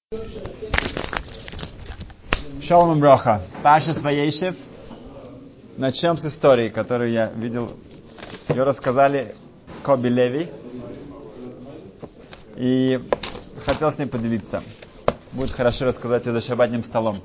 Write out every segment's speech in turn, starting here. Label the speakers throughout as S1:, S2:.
S1: Шалом броха. Паршас Ваейшев. Начнем с истории, которую я видел. Ее рассказали Коби Леви. И хотел с ней поделиться. Будет хорошо рассказать ее за шаббатным столом.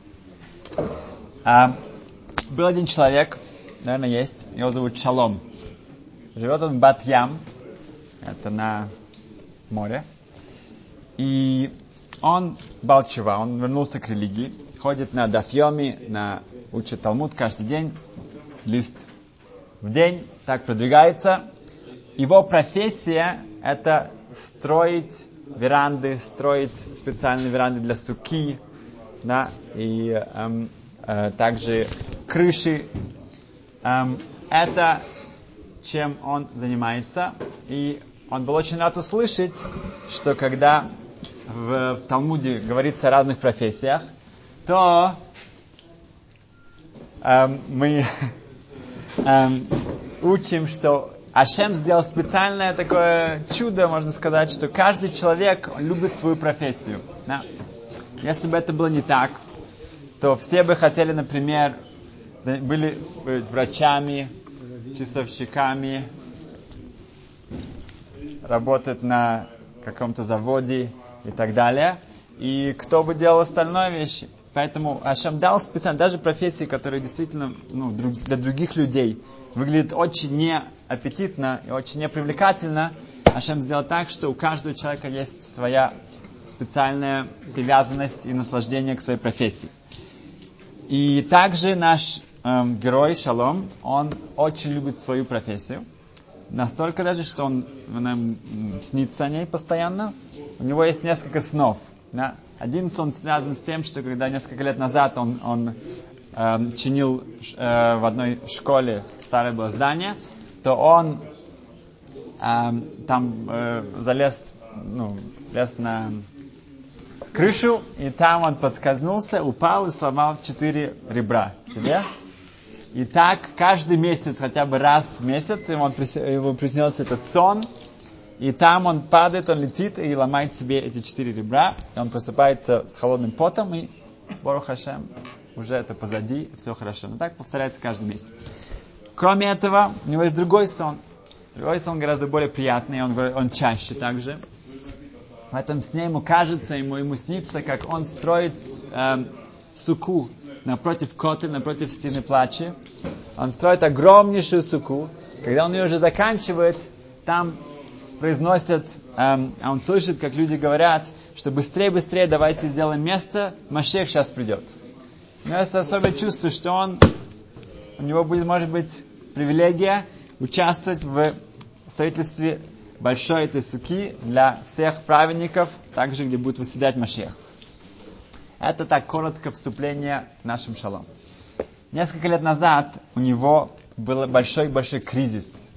S1: Был один человек, наверное, есть. Его зовут Шалом. Живет он в Бат-Ям. Это на море. И он Бал-Чува, он вернулся к религии, ходит на дафьоми, учит Талмуд каждый день, лист в день, так продвигается. Его профессия — это строить веранды, строить специальные веранды для суки, да, и также крыши. Это чем он занимается. И он был очень рад услышать, что когда в Талмуде говорится о разных профессиях, то мы учим, что Ашем сделал специальное такое чудо, можно сказать, что каждый человек любит свою профессию. Да? Если бы это было не так, то все бы хотели, например, быть врачами, часовщиками, работать на каком-то заводе и так далее. И кто бы делал остальные вещи. Поэтому Ашем дал специально, даже профессии, которые действительно для других людей выглядят очень неаппетитно и очень непривлекательно, Ашем сделал так, что у каждого человека есть своя специальная привязанность и наслаждение к своей профессии. И также наш герой Шалом, он очень любит свою профессию. Настолько даже, что он снится о ней постоянно. У него есть несколько снов. Да? Один сон связан с тем, что когда несколько лет назад он чинил в одной школе, старое было здание, то он залез на крышу, и там он подскользнулся, упал и сломал 4 ребра себе. И так каждый месяц, хотя бы раз в месяц, ему приснился этот сон, и там он падает, он летит и ломает себе эти 4 ребра, и он просыпается с холодным потом, и Борух Ашем, уже это позади, все хорошо. Но так повторяется каждый месяц. Кроме этого, у него есть другой сон. Другой сон гораздо более приятный, он чаще также. В этом сне ему кажется, ему снится, как он строит суку напротив коты, напротив стены плача. Он строит огромнейшую суку. Когда он ее уже заканчивает, там произносят, он слышит, как люди говорят, что быстрее, давайте сделаем место, Машех сейчас придет. Но это особое чувство, что у него будет, может быть, привилегия участвовать в строительстве большой этой суки для всех праведников, также где будет восседать Машех. Это так коротко вступление к нашим шалом. Несколько лет назад у него был большой кризис.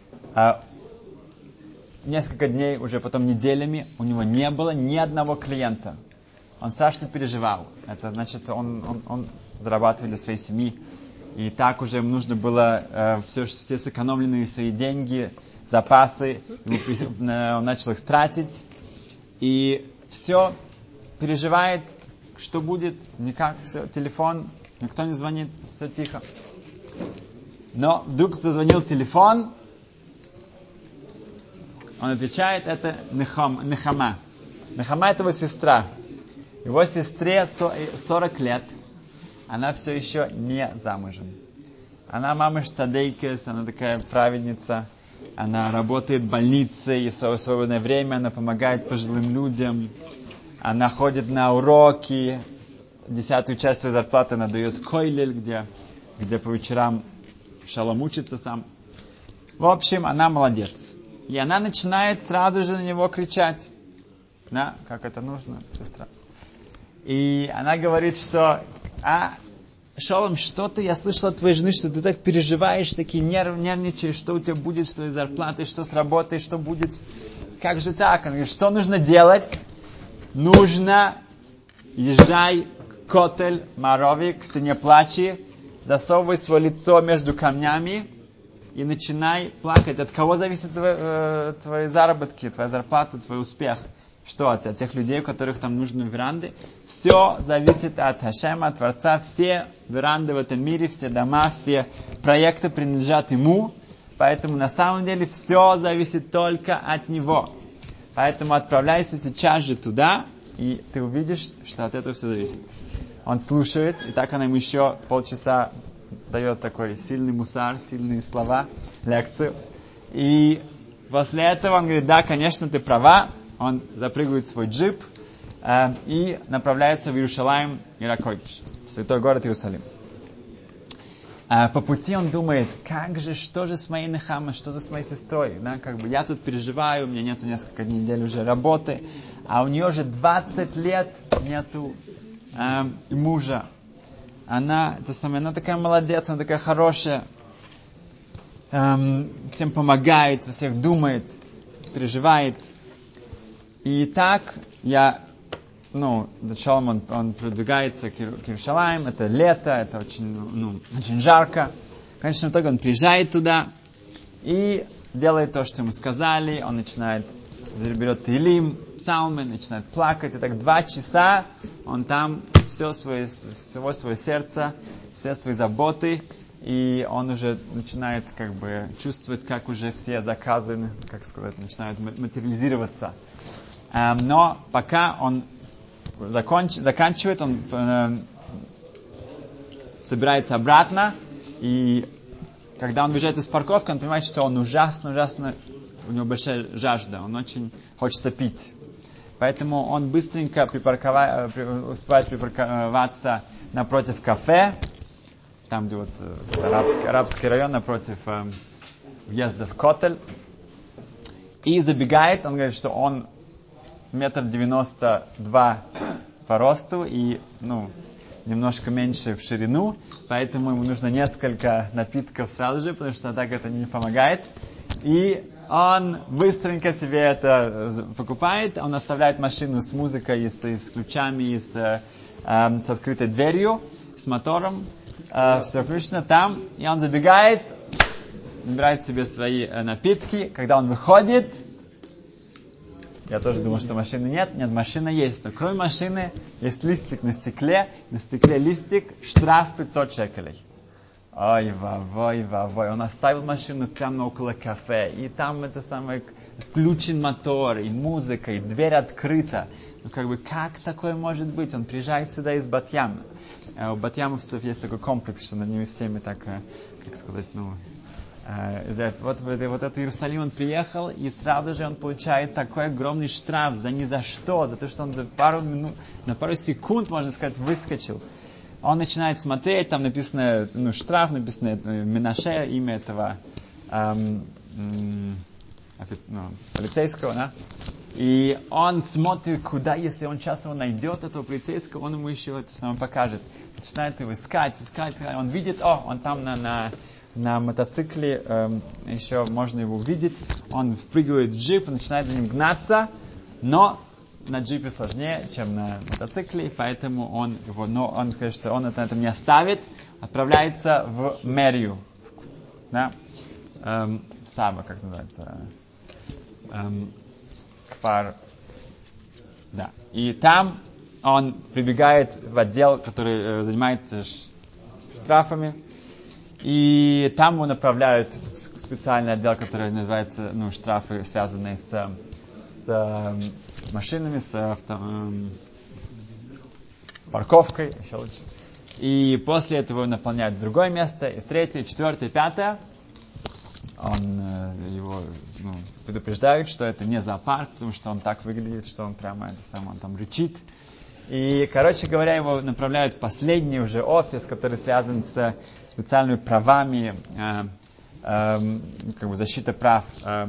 S1: Несколько дней, уже потом неделями, у него не было ни одного клиента. Он страшно переживал. Это значит, он зарабатывал для своей семьи. И так уже ему нужно было все сэкономленные свои деньги, запасы. Он начал их тратить. И все переживает, что будет, никак, все, телефон, никто не звонит, все тихо. Но вдруг зазвонил телефон, он отвечает, это Нехама. Нехама — это его сестра. Его сестре 40 лет, она все еще не замужем. Она мама Штадейкес, она такая праведница, она работает в больнице, и в свое свободное время она помогает пожилым людям. Она ходит на уроки, 10-ю часть своей зарплаты она дает койлель, где по вечерам Шалом учится сам. В общем, она молодец. И она начинает сразу же на него кричать. Да, как это нужно, сестра. И она говорит, что Шалом, что-то я слышала от твоей жены, что ты так переживаешь, такие нервничаешь, что у тебя будет с твоей зарплатой, что с работой, что будет. Как же так? Она говорит, что нужно делать? Нужно езжай к Котель Марови, к стене плачи, засовывай свое лицо между камнями и начинай плакать. От кого зависят твои заработки, твоя зарплата, твой успех? что от тех людей, у которых там нужны веранды. Все зависит от Хашема, от Творца. Все веранды в этом мире, все дома, все проекты принадлежат Ему. Поэтому на самом деле все зависит только от Него. Поэтому отправляйся сейчас же туда, и ты увидишь, что от этого все зависит. Он слушает, и так она ему еще полчаса дает такой сильный мусар, сильные слова, лекцию. И после этого он говорит: да, конечно, ты права. Он запрыгивает в свой джип и направляется в Иерусалим, Иракойдиш, святой город Иерусалим. По пути он думает: как же, что же с моей Нехамой, что же с моей сестрой? Да, как бы я тут переживаю, у меня нету несколько недель уже работы, а у нее уже 20 лет нету мужа. Она такая молодец, она такая хорошая, всем помогает, во всех думает, переживает. И так Шалом, он продвигается к Иерусалиму, это лето, это очень жарко. В конечном итоге он приезжает туда и делает то, что ему сказали. Он берет Теилим, псалмы, начинает плакать. И так 2 часа он там всего свое сердце, все свои заботы. И он уже начинает чувствовать, как уже все заказы, начинают материализироваться. Но пока он заканчивает, он собирается обратно, и когда он выезжает из парковки, он понимает, что он ужасно, у него большая жажда, он очень хочет пить. Поэтому он быстренько успевает припарковаться напротив кафе, там, где арабский район, напротив въезда в Котель, и забегает. Он говорит, что он 1,92 м по росту и, немножко меньше в ширину, поэтому ему нужно несколько напитков сразу же, потому что так это не помогает. И он быстренько себе это покупает, он оставляет машину с музыкой, с ключами, с открытой дверью, с мотором, все включено там, и он забегает, набирает себе свои напитки. Когда он выходит, я тоже думал, что машины нет. Нет, машина есть. Но кроме машины есть листик на стекле листик, штраф 500 шекелей. Ой, вовой. Он оставил машину прямо около кафе, и там включен мотор, и музыка, и дверь открыта. Как такое может быть? Он приезжает сюда из Батьяма. У батьямовцев есть такой комплекс, что над ними всеми вот этот Иерусалим он приехал, и сразу же он получает такой огромный штраф за ни за что, за то, что он на пару секунд, можно сказать, выскочил. Он начинает смотреть, там написано, штраф, написано Менаше, имя этого полицейского, да? И он смотрит, куда, если он сейчас его найдет, этого полицейского, он ему еще это самое покажет. Начинает его искать. Он видит, он там на мотоцикле, еще можно его увидеть. Он впрыгивает в джип, начинает за ним гнаться, но на джипе сложнее, чем на мотоцикле, поэтому он говорит, что он это не оставит, отправляется в мэрию, Саба, как называется, Кфар, да. И там он прибегает в отдел, который занимается штрафами, и там его направляют в специальный отдел, который называется, штрафы, связанные с машинами, с парковкой, еще лучше. И после этого его наполняют в другое место, и в 3-е, 4-е, 5-е. Его предупреждают, что это не зоопарк, потому что он так выглядит, что он прямо он там рычит. И, короче говоря, его направляют в последний уже офис, который связан с специальными правами, защита прав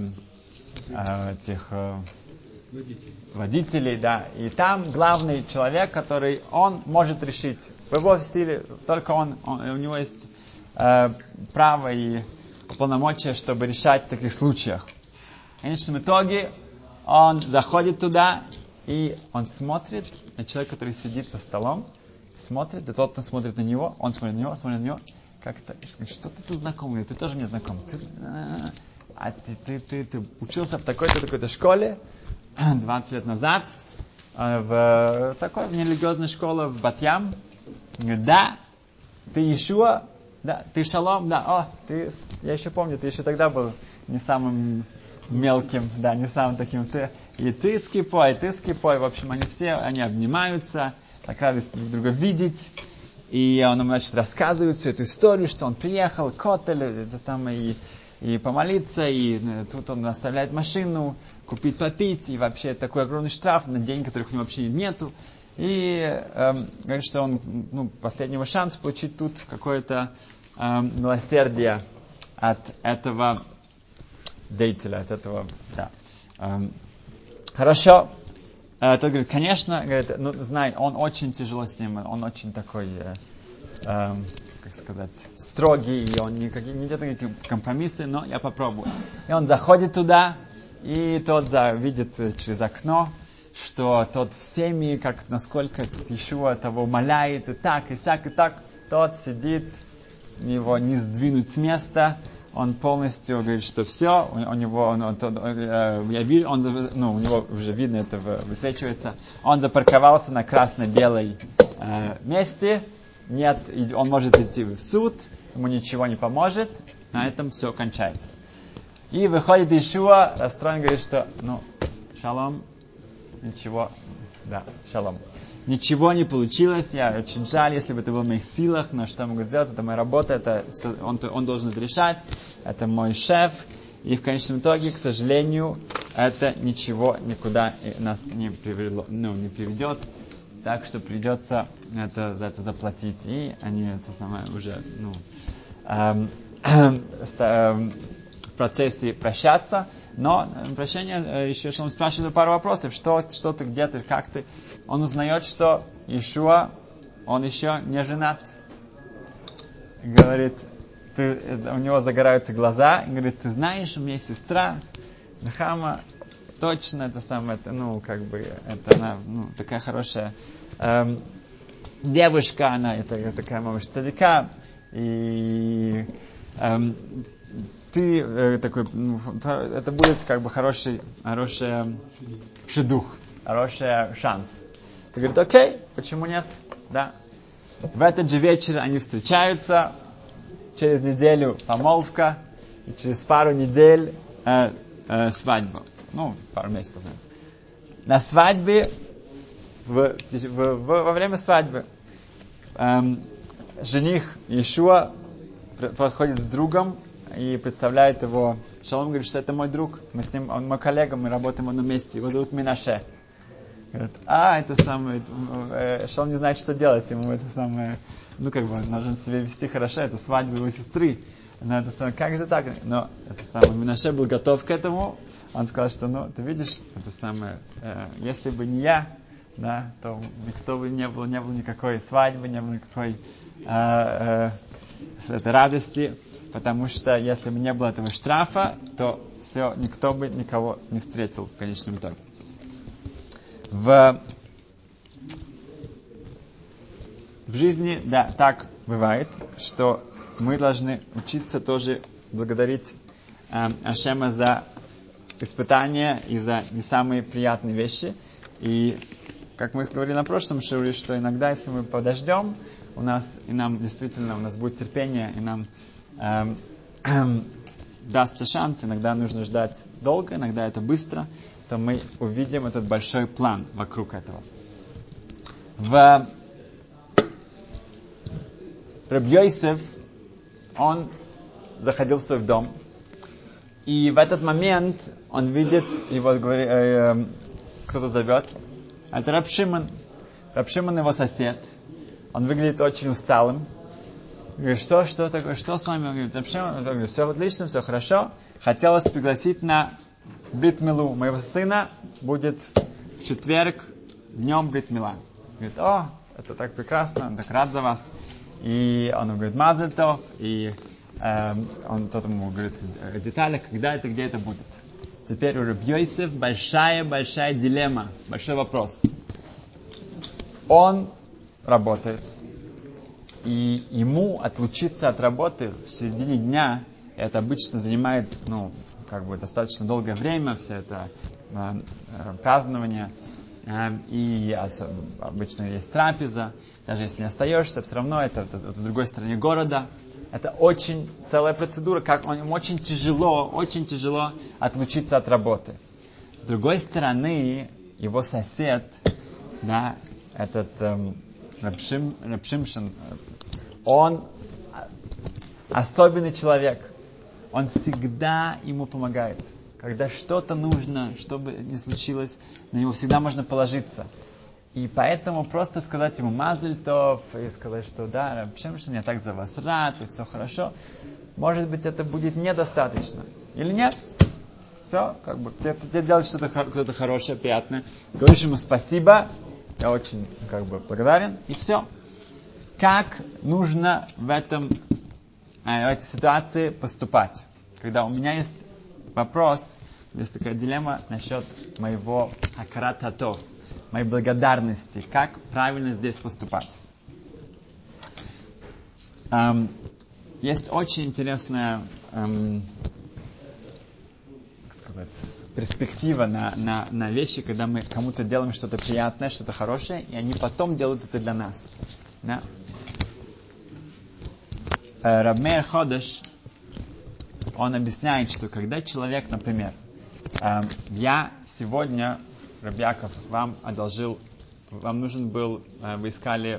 S1: этих водителей, да. И там главный человек, который он может решить. В его силе только у него есть право и полномочия, чтобы решать в таких случаях. В конечном итоге он заходит туда, и он смотрит на человека, который сидит за столом, смотрит, и тот, кто смотрит на него, он смотрит на него, как-то, что-то ты знакомый, ты тоже мне знаком. Ты учился в такой-то школе, 20 лет назад в такой нерелигиозной школе в Бат-Ям. Говорит, да, ты Иешуа, да, ты Шалом, да, я еще помню, ты еще тогда был не самым мелким, да, не самым таким, ты с кипой, в общем, они обнимаются, так радость друг друга видеть, и он им, значит, рассказывает всю эту историю, что он приехал, Котель, это самое, и помолиться, и тут он оставляет машину, купить, попить, и вообще такой огромный штраф на деньги, которых у него вообще нету. И говорит, что он последнего шанса получить тут какое-то милосердие от этого деятеля, от этого, да. Хорошо. Тот говорит, конечно, говорит, знай, он очень тяжело с ним, он очень такой, как сказать, строгий, и он не идет на какие компромиссы, но я попробую. И он заходит туда, и тот видит через окно, что тот всеми, насколько Иешуа того умоляет, и так, и сяк, и так, тот сидит, его не сдвинуть с места, он полностью говорит, что все, у него уже видно, это высвечивается, он запарковался на красно-белой месте, нет, он может идти в суд, ему ничего не поможет, на этом все кончается. И выходит Иешуа, расстроен, говорит, что, шалом, ничего, да, шалом. Ничего не получилось, я очень жаль, если бы это было в моих силах, но что я могу сделать, это моя работа, это он должен это решать, это мой шеф, и в конечном итоге, к сожалению, это ничего никуда нас не приведет, так что придется за это заплатить, и они это самое уже, в процессе прощаться. Но прощение, еще что он спрашивает пару вопросов, что ты, где ты, как ты. Он узнает, что Иешуа, он еще не женат. Говорит, у него загораются глаза, говорит, ты знаешь, у меня есть сестра, Нахама, точно это самое, это она, такая хорошая девушка, она, это такая мамаш цадика, и ты такой, это будет хороший шедух, хороший шанс. Ты говорит, окей, почему нет? Да. В этот же вечер они встречаются, через неделю помолвка, и через пару недель свадьба. Пару месяцев. На свадьбе, во время свадьбы, жених Иешуа подходит с другом, и представляет его. Шалом говорит, что это мой друг. Мы с ним, он мой коллега, мы работаем в одном месте. Его зовут Минаше. Говорит, это самое. Шалом не знает, что делать. Ему это самое. Он должен себя вести хорошо. Это свадьба его сестры. Но это самое, как же так? Но это самое. Минаше был готов к этому. Он сказал, что, ты видишь, это самое. Если бы не я, да, то никто бы не было никакой свадьбы, не было никакой этой радости. Потому что если бы не было этого штрафа, то все, никто бы никого не встретил в конечном итоге. В жизни, да, так бывает, что мы должны учиться тоже благодарить Ашема за испытания и за не самые приятные вещи. И, как мы говорили на прошлом шоуре, что иногда, если мы подождем, у нас будет терпение, и нам дастся шанс, иногда нужно ждать долго, иногда это быстро, то мы увидим этот большой план вокруг этого. Рабби Йосеф, он заходил в свой дом, и в этот момент он видит, его говорит, кто-то зовет, это Раб Шимон. Раб Шимон его сосед, он выглядит очень усталым. Говорит, что такое, что с вами? Он говорит, он говорит, все отлично, все хорошо. Хотелось пригласить на брит милу. Моего сына будет в четверг днем брит мила. Говорит, это так прекрасно, он так рад за вас. И он говорит, мазель тов. И тот ему говорит детали, когда это, где это будет. Теперь у Рабби Йосеф большая дилемма, большой вопрос. Он работает. И ему отлучиться от работы в середине дня, это обычно занимает, достаточно долгое время, вся эта празднования, и обычно есть трапеза. Даже если не остаешься, все равно это в другой стороне города. Это очень целая процедура, как им очень тяжело отлучиться от работы. С другой стороны, его сосед, да, этот Раб Шимшон, он особенный человек. Он всегда ему помогает. Когда что-то нужно, что бы ни случилось, на него всегда можно положиться. И поэтому просто сказать ему «Мазель тов» и сказать, что да, Раб Шимшон, я так за вас рад, и все хорошо. Может быть, это будет недостаточно. Или нет? Все, как бы, тебе делать что-то хорошее, приятное. Говоришь ему спасибо, я очень, благодарен, и все. Как нужно в этой ситуации поступать? Когда у меня есть вопрос, есть такая дилемма насчет моего акарат хатов, моей благодарности. Как правильно здесь поступать? Есть очень интересная перспектива на вещи, когда мы кому-то делаем что-то приятное, что-то хорошее, и они потом делают это для нас. Да? Рав Меир Ходеш, он объясняет, что когда человек, например, я сегодня, Рав Яков, вам нужен был, вы искали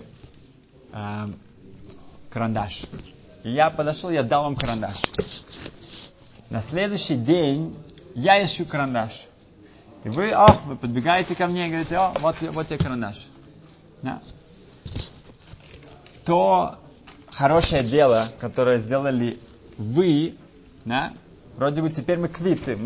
S1: карандаш. И я подошел, я дал вам карандаш. На следующий день я ищу карандаш. И вы подбегаете ко мне и говорите, вот тебе карандаш. Да. То хорошее дело, которое сделали вы, да, вроде бы теперь мы квиты.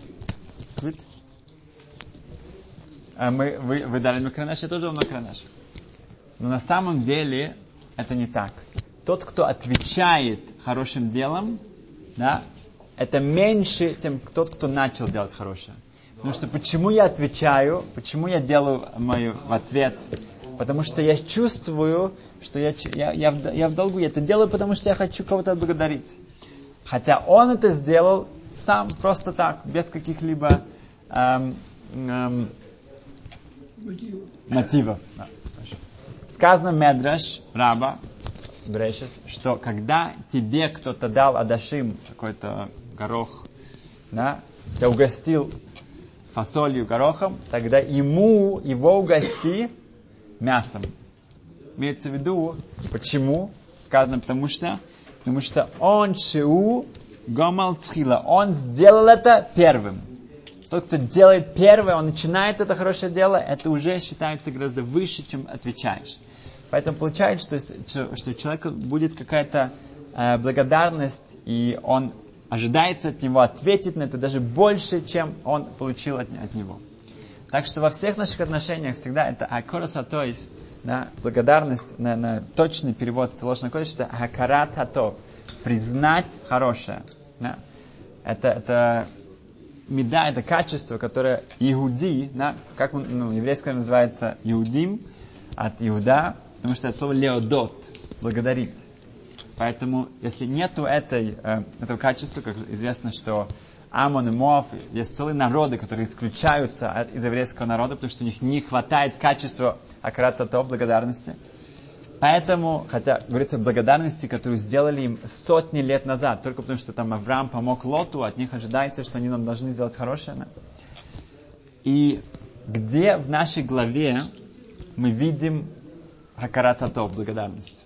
S1: Вы дали мне карандаш, я тоже дал мне карандаш. Но на самом деле это не так. Тот, кто отвечает хорошим делом, да, это меньше, чем тот, кто начал делать хорошее. Потому что почему я отвечаю, почему я делаю в ответ? Потому что я чувствую, что я в долгу. Я это делаю, потому что я хочу кого-то отблагодарить. Хотя он это сделал сам, просто так, без каких-либо мотивов. Да. Сказано Медраш, Раба, Брешес, что когда тебе кто-то дал адашим, какой-то горох, да, тебя угостил фасолью, горохом, тогда его угости мясом. Имеется в виду, почему? Сказано, потому что он шеу гомал тхила, он сделал это первым. Тот, кто делает первое, он начинает это хорошее дело, это уже считается гораздо выше, чем отвечаешь. Поэтому получается, что у человека будет какая-то благодарность, и он ожидается от него ответить на это даже больше, чем он получил от него. Так что во всех наших отношениях всегда это акорас атоев, да, благодарность, на точный перевод Селошна Кодеш, это акарат атов, признать хорошее. Да. Это меда, это качество, которое иуди, да, как еврейское называется иудим, от Иуда, потому что это слово леодот, благодарить. Поэтому, если нету этого качества, как известно, что Амон и Моав, есть целые народы, которые исключаются из еврейского народа, потому что у них не хватает качества акарат татов, благодарности. Поэтому, хотя говорится о благодарности, которую сделали им сотни лет назад, только потому что там Авраам помог Лоту, от них ожидается, что они нам должны сделать хорошее. Да? И где в нашей главе мы видим акарат татов, благодарность?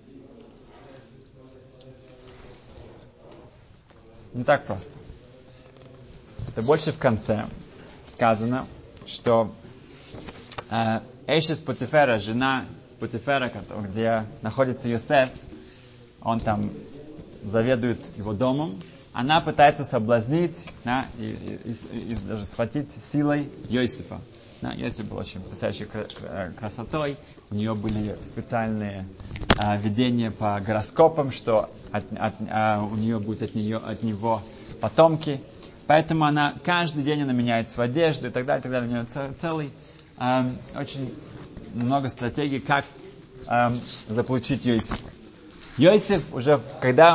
S1: Не так просто. Это больше в конце сказано, что Эйшес Потифера, жена Потифера, где находится Йосеф, он там заведует его домом, она пытается соблазнить, да, и даже схватить силой Йосефа. Да, Йосеф был очень потрясающей красотой, у нее были специальные видения по гороскопам, что у нее будет от него потомки. Поэтому она каждый день меняет свою одежду и так далее, и так далее. У нее целый очень много стратегий, как заполучить Йосефа. Йосеф уже, когда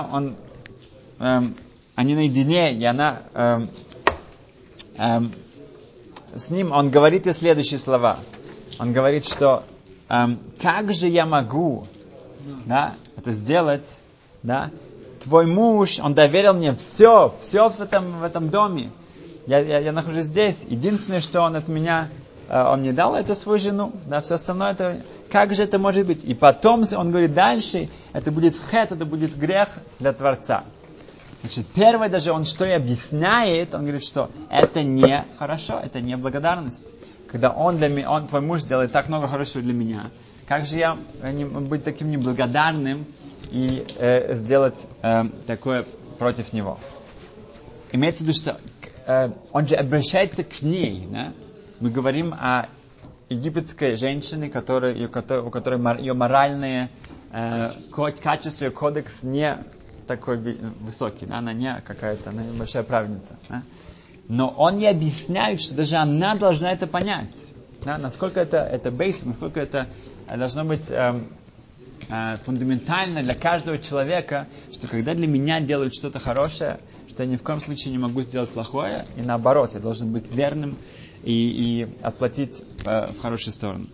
S1: они наедине, и она с ним, он говорит и следующие слова. Он говорит, что как же я могу, да, это сделать, да? Твой муж, он доверил мне все в этом доме. Я нахожусь здесь. Единственное, что он от меня, он мне дал, это свою жену. Да, все остальное, это, как же это может быть? И потом он говорит дальше, это будет хэт, это будет грех для Творца. Значит, первое даже, он что и объясняет, он говорит, что это не хорошо, это не благодарность. Когда твой муж делает так много хорошего для меня, как же я быть таким неблагодарным и сделать такое против него? Имеется в виду, что он же обращается к ней. Да? Мы говорим о египетской женщине, у которой ее моральные качества, кодекс не такой высокий. Да? Она не какая-то, она большая праведница. Да? Но он ей объясняет, что даже она должна это понять. Да? Насколько это basic, насколько это должно быть фундаментально для каждого человека, что когда для меня делают что-то хорошее, что я ни в коем случае не могу сделать плохое, и наоборот, я должен быть верным и отплатить в хорошую сторону.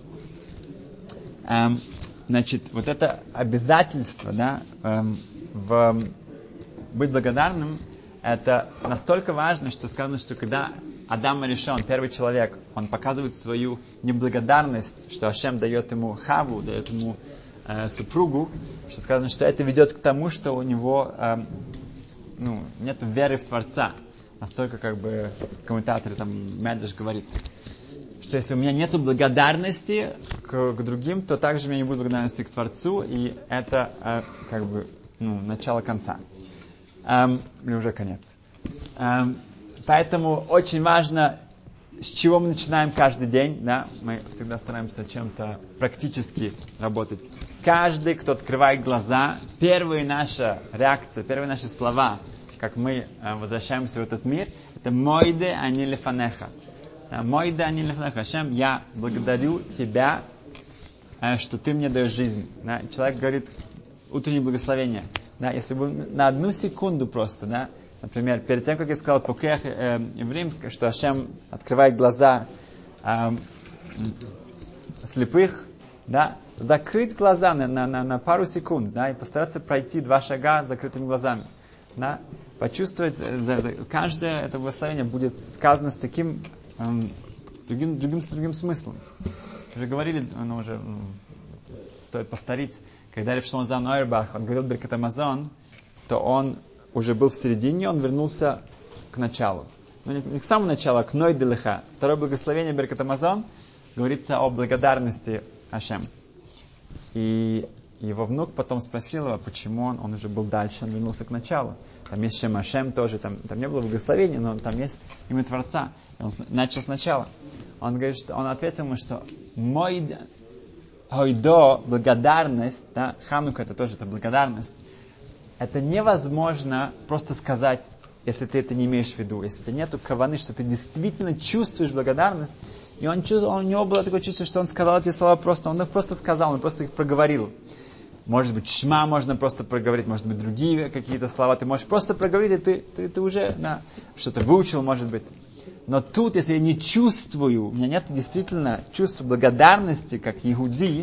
S1: Значит, вот это обязательство, да, быть благодарным, это настолько важно, что сказано, что когда Адам решен, первый человек, он показывает свою неблагодарность, что Ашем дает ему Хаву, дает ему супругу, что сказано, что это ведет к тому, что у него нет веры в Творца. Настолько, комментаторы, Медреш говорит, что если у меня нет благодарности к другим, то также у меня не будет благодарности к Творцу, и это начало конца. Или уже конец. Поэтому очень важно, с чего мы начинаем каждый день. Да? Мы всегда стараемся чем-то практически работать. Каждый, кто открывает глаза, первая наша реакция, первые наши слова, как мы возвращаемся в этот мир, это «Мойде ани лефанеха». «Мойде ани лефанеха». Ашем, я благодарю тебя, что ты мне даешь жизнь. Да? Человек говорит утреннее благословение. Да? Если бы на одну секунду просто, да? Например, перед тем, как я сказал Покех евреям, что Ашем открывает глаза слепых, да? Закрыть глаза на пару секунд, да? И постараться пройти 2 шага с закрытыми глазами. Да? Почувствовать, каждое это благословение будет сказано с другим смыслом. Уже говорили, но уже стоит повторить, когда Рав Шломо Залман Ойербах, он говорил Беркат Амазон, то он уже был в середине, он вернулся к началу. Не к самому началу, а к Ной Делеха. Второе благословение Беркат Амазон говорится о благодарности Ашем. И его внук потом спросил его, почему он уже был дальше, он вернулся к началу. Там есть Шем Ашем тоже, там не было благословения, но там есть имя Творца. И он начал сначала. Он говорит, что он ответил ему, что мой ойдо, благодарность, да, Ханука это тоже благодарность, это невозможно просто сказать, если ты это не имеешь в виду, если у тебя нету каваны, что ты действительно чувствуешь благодарность. И у него было такое чувство, что он сказал эти слова просто, он их просто сказал, он просто их проговорил. Может быть, шма можно просто проговорить, может быть, другие какие-то слова ты можешь просто проговорить, и ты уже что-то выучил, может быть. Но тут, если я не чувствую, у меня нет действительно чувства благодарности, как иуди,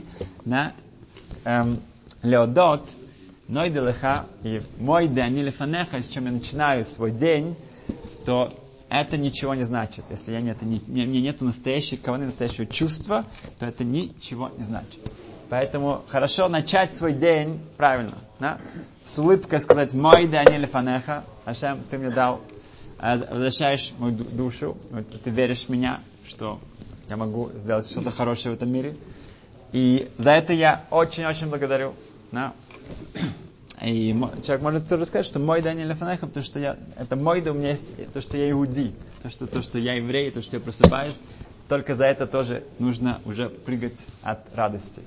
S1: леодот, ной делеха, и мой ани лефанеха, с чем я начинаю свой день, то это ничего не значит. Если мне нет настоящей каваны, настоящего чувства, то это ничего не значит. Поэтому хорошо начать свой день правильно. Да? С улыбкой сказать «Мой ани лефанеха». Ашем, ты мне дал, возвращаешь мою душу, ты веришь в меня, что я могу сделать что-то хорошее в этом мире. И за это я очень-очень благодарю. Да? И человек может тоже сказать, что мой ани лефанеха, потому что это мой да, у меня есть то, что я иуди, то, что я еврей, то, что я просыпаюсь. Только за это тоже нужно уже прыгать от радости.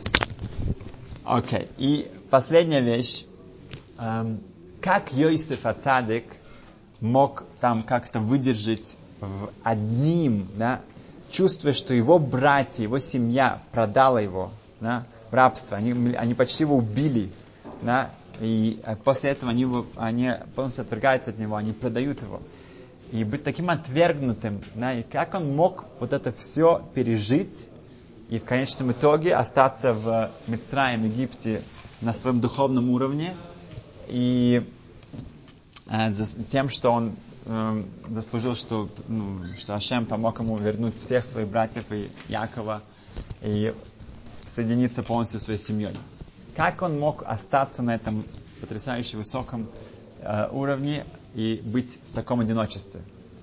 S1: Окей. И последняя вещь. Как Йосеф ха-Цадик мог там как-то выдержать одним, да, чувствуя, что его братья, его семья продала его, да, в рабство. Они почти его убили. Да, и после этого они полностью отвергаются от него, они продают его. и быть таким отвергнутым, да, и как он мог вот это все пережить и в конечном итоге остаться в Мицраим, Египте, на своем духовном уровне, и тем, что он заслужил, что Ашем помог ему вернуть всех своих братьев и Якова и соединиться полностью со своей семьей. Как он мог остаться на этом потрясающе высоком уровне и быть в таком одиночестве?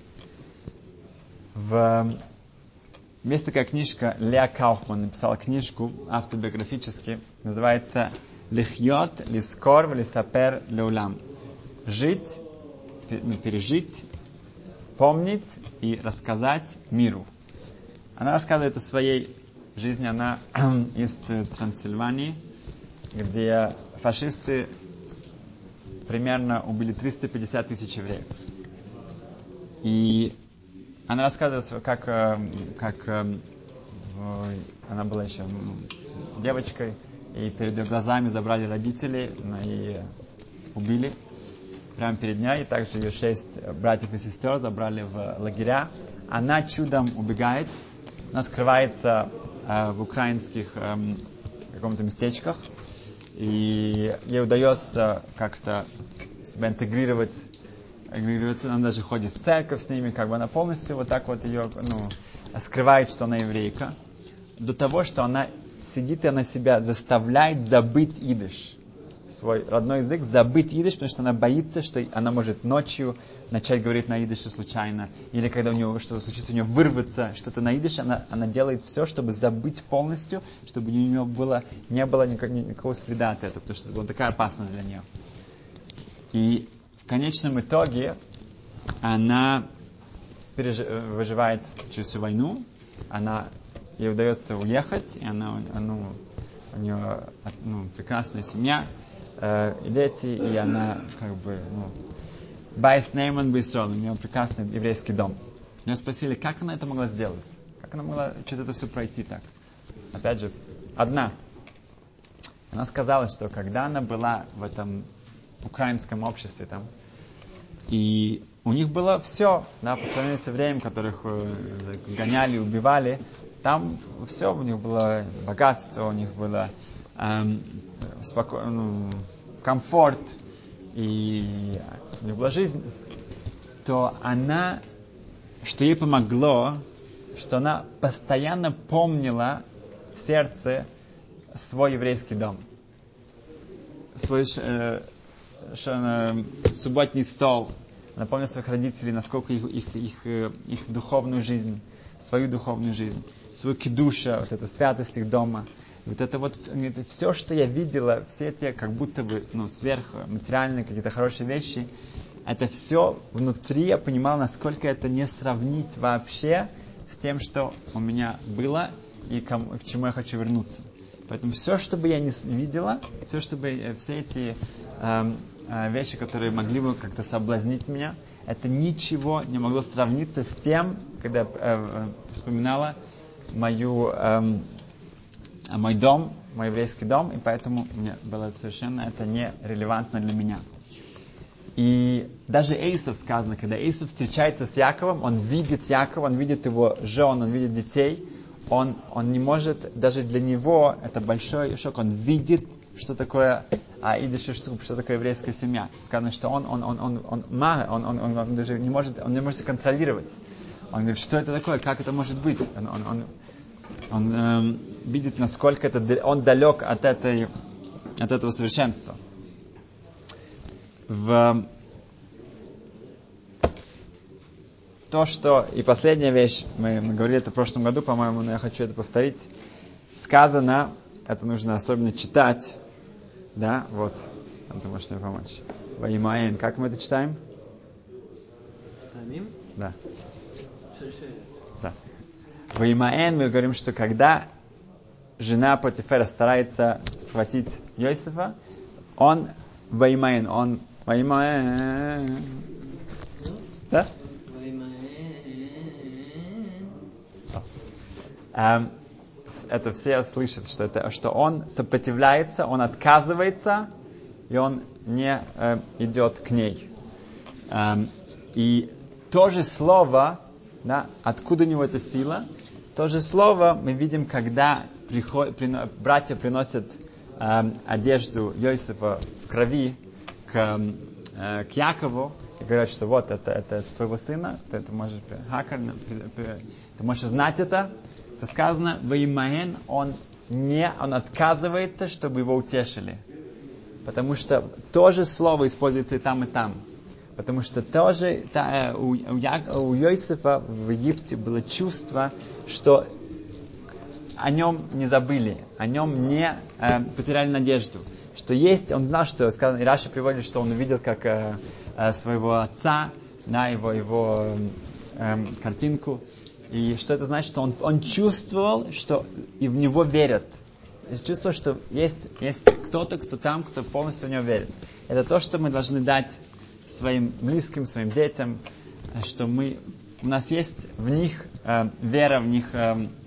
S1: Есть такая книжка, Леа Кауфман написала книжку автобиографически, называется «Лихьот, лискор, лисапер, леулам». Жить, пережить, помнить и рассказать миру. Она рассказывает о своей жизни. Она из Трансильвании, где фашисты примерно убили 350 тысяч евреев. И она рассказывает, как она была еще девочкой, и перед ее глазами забрали родителей и убили прямо перед ней. И также ее 6 братьев и сестер забрали в лагеря. Она чудом убегает. Она скрывается в украинских каком-то местечках. И ей удается как-то себя интегрироваться. Она даже ходит в церковь с ними, как бы она полностью вот так вот ее скрывает, что она еврейка. До того, что она сидит и она себя заставляет забыть идиш. Свой родной язык, забыть идиш, потому что она боится, что она может ночью начать говорить на идише случайно. Или когда у нее что-то случится, у нее вырвется что-то на идише, она делает все, чтобы забыть полностью, чтобы у нее не было никакого следа от этого, потому что это была такая опасность для нее. И в конечном итоге она выживает через всю войну, ей удается уехать, и у нее прекрасная семья, дети, и она как бы Байс Нейман Бейсрол, у нее прекрасный еврейский дом. Ее спросили, как она это могла сделать, как она могла через это все пройти так. Опять же, одна. Она сказала, что когда она была в этом украинском обществе там, и у них было все, да, по сравнению с евреями, которых гоняли, убивали, там все, у них было богатство, у них было комфорт, и у них была жизнь, то что ей помогло, что она постоянно помнила в сердце свой еврейский дом, свой субботний стол. Она помнила своих родителей, насколько их духовную жизнь, свою духовную жизнь, свою кидуша, вот эта святость их дома. И вот это все, что я видела, все эти как будто бы сверхматериальные какие-то хорошие вещи, это все внутри, я понимал, насколько это не сравнить вообще с тем, что у меня было и к чему я хочу вернуться. Поэтому все, что бы я не видела, все эти вещи, которые могли бы как-то соблазнить меня, это ничего не могло сравниться с тем, когда я вспоминала мой дом, мой еврейский дом, и поэтому мне было совершенно это нерелевантно для меня. И даже Эйсов сказано, когда Эйсов встречается с Яковом, он видит Якова, он видит его жен, он видит детей, он не может, даже для него это большой шок, он видит, что такое идиш штук, что такое еврейская семья. Сказано, что он даже не может контролировать. Он говорит, что это такое, как это может быть? Он видит, насколько он далек от этого совершенства. И последняя вещь, мы говорили это в прошлом году, по-моему, но я хочу это повторить. Сказано, это нужно особенно читать, да, вот, там ты можешь мне помочь. Ваимаэн, как мы это читаем? Да. Да. Ваимаэн, мы говорим, что когда жена Потифера старается схватить Йосефа, он Ваимаэн, да? Это все слышат, что он сопротивляется, он отказывается, и он не идет к ней. И то же слово, да, откуда у него эта сила, то же слово мы видим, когда братья приносят одежду Йосифа в крови к Якову и говорят, что вот это твоего сына, ты можешь знать это. Это сказано, Ваимаэн, он отказывается, чтобы его утешили. Потому что то же слово используется и там, и там. Потому что тоже у Йосифа в Египте было чувство, что о нем не забыли, о нем не потеряли надежду. Что есть, он знал, что, сказано, и Раши приводит, что он увидел, как своего отца, да, его картинку. И что это значит? Что он чувствовал, что и в него верят. Чувствовал, что есть кто-то, кто там, кто полностью в него верит. Это то, что мы должны дать своим близким, своим детям, что у нас есть в них вера, в них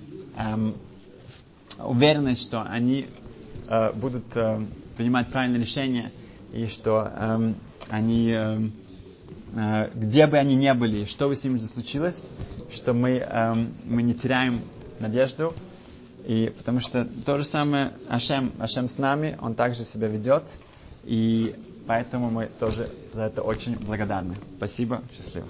S1: уверенность, что они будут принимать правильные решения, и что они, где бы они ни были, что бы с ними ни случилось, что мы не теряем надежду, и потому что то же самое Ашем с нами, Он также себя ведет, и поэтому мы тоже за это очень благодарны. Спасибо, счастливо.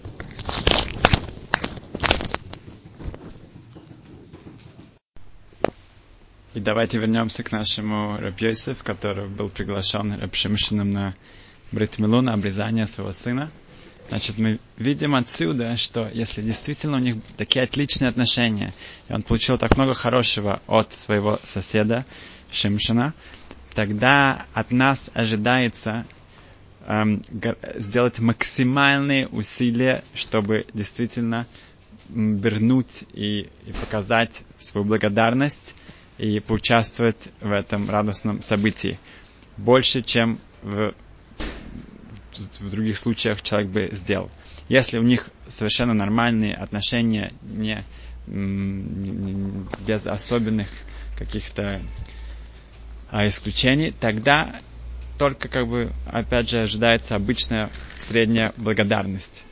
S1: И давайте вернемся к нашему Раб Йосеф, который был приглашен Раб Шимшоном на Брит Милу, на обрезание своего сына. Значит, мы видим отсюда, что если действительно у них такие отличные отношения, и он получил так много хорошего от своего соседа Шимшона, тогда от нас ожидается сделать максимальные усилия, чтобы действительно вернуть и показать свою благодарность и поучаствовать в этом радостном событии. Больше, чем в других случаях человек бы сделал. Если у них совершенно нормальные отношения, без особенных каких-то исключений, тогда только опять же ожидается обычная средняя благодарность.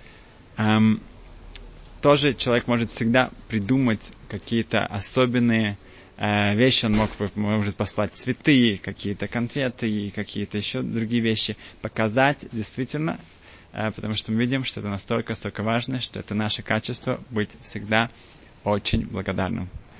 S1: Тоже человек может всегда придумать какие-то особенные вещи, он может послать цветы, какие-то конфеты и какие-то еще другие вещи, показать действительно, потому что мы видим, что это настолько важно, что это наше качество быть всегда очень благодарным.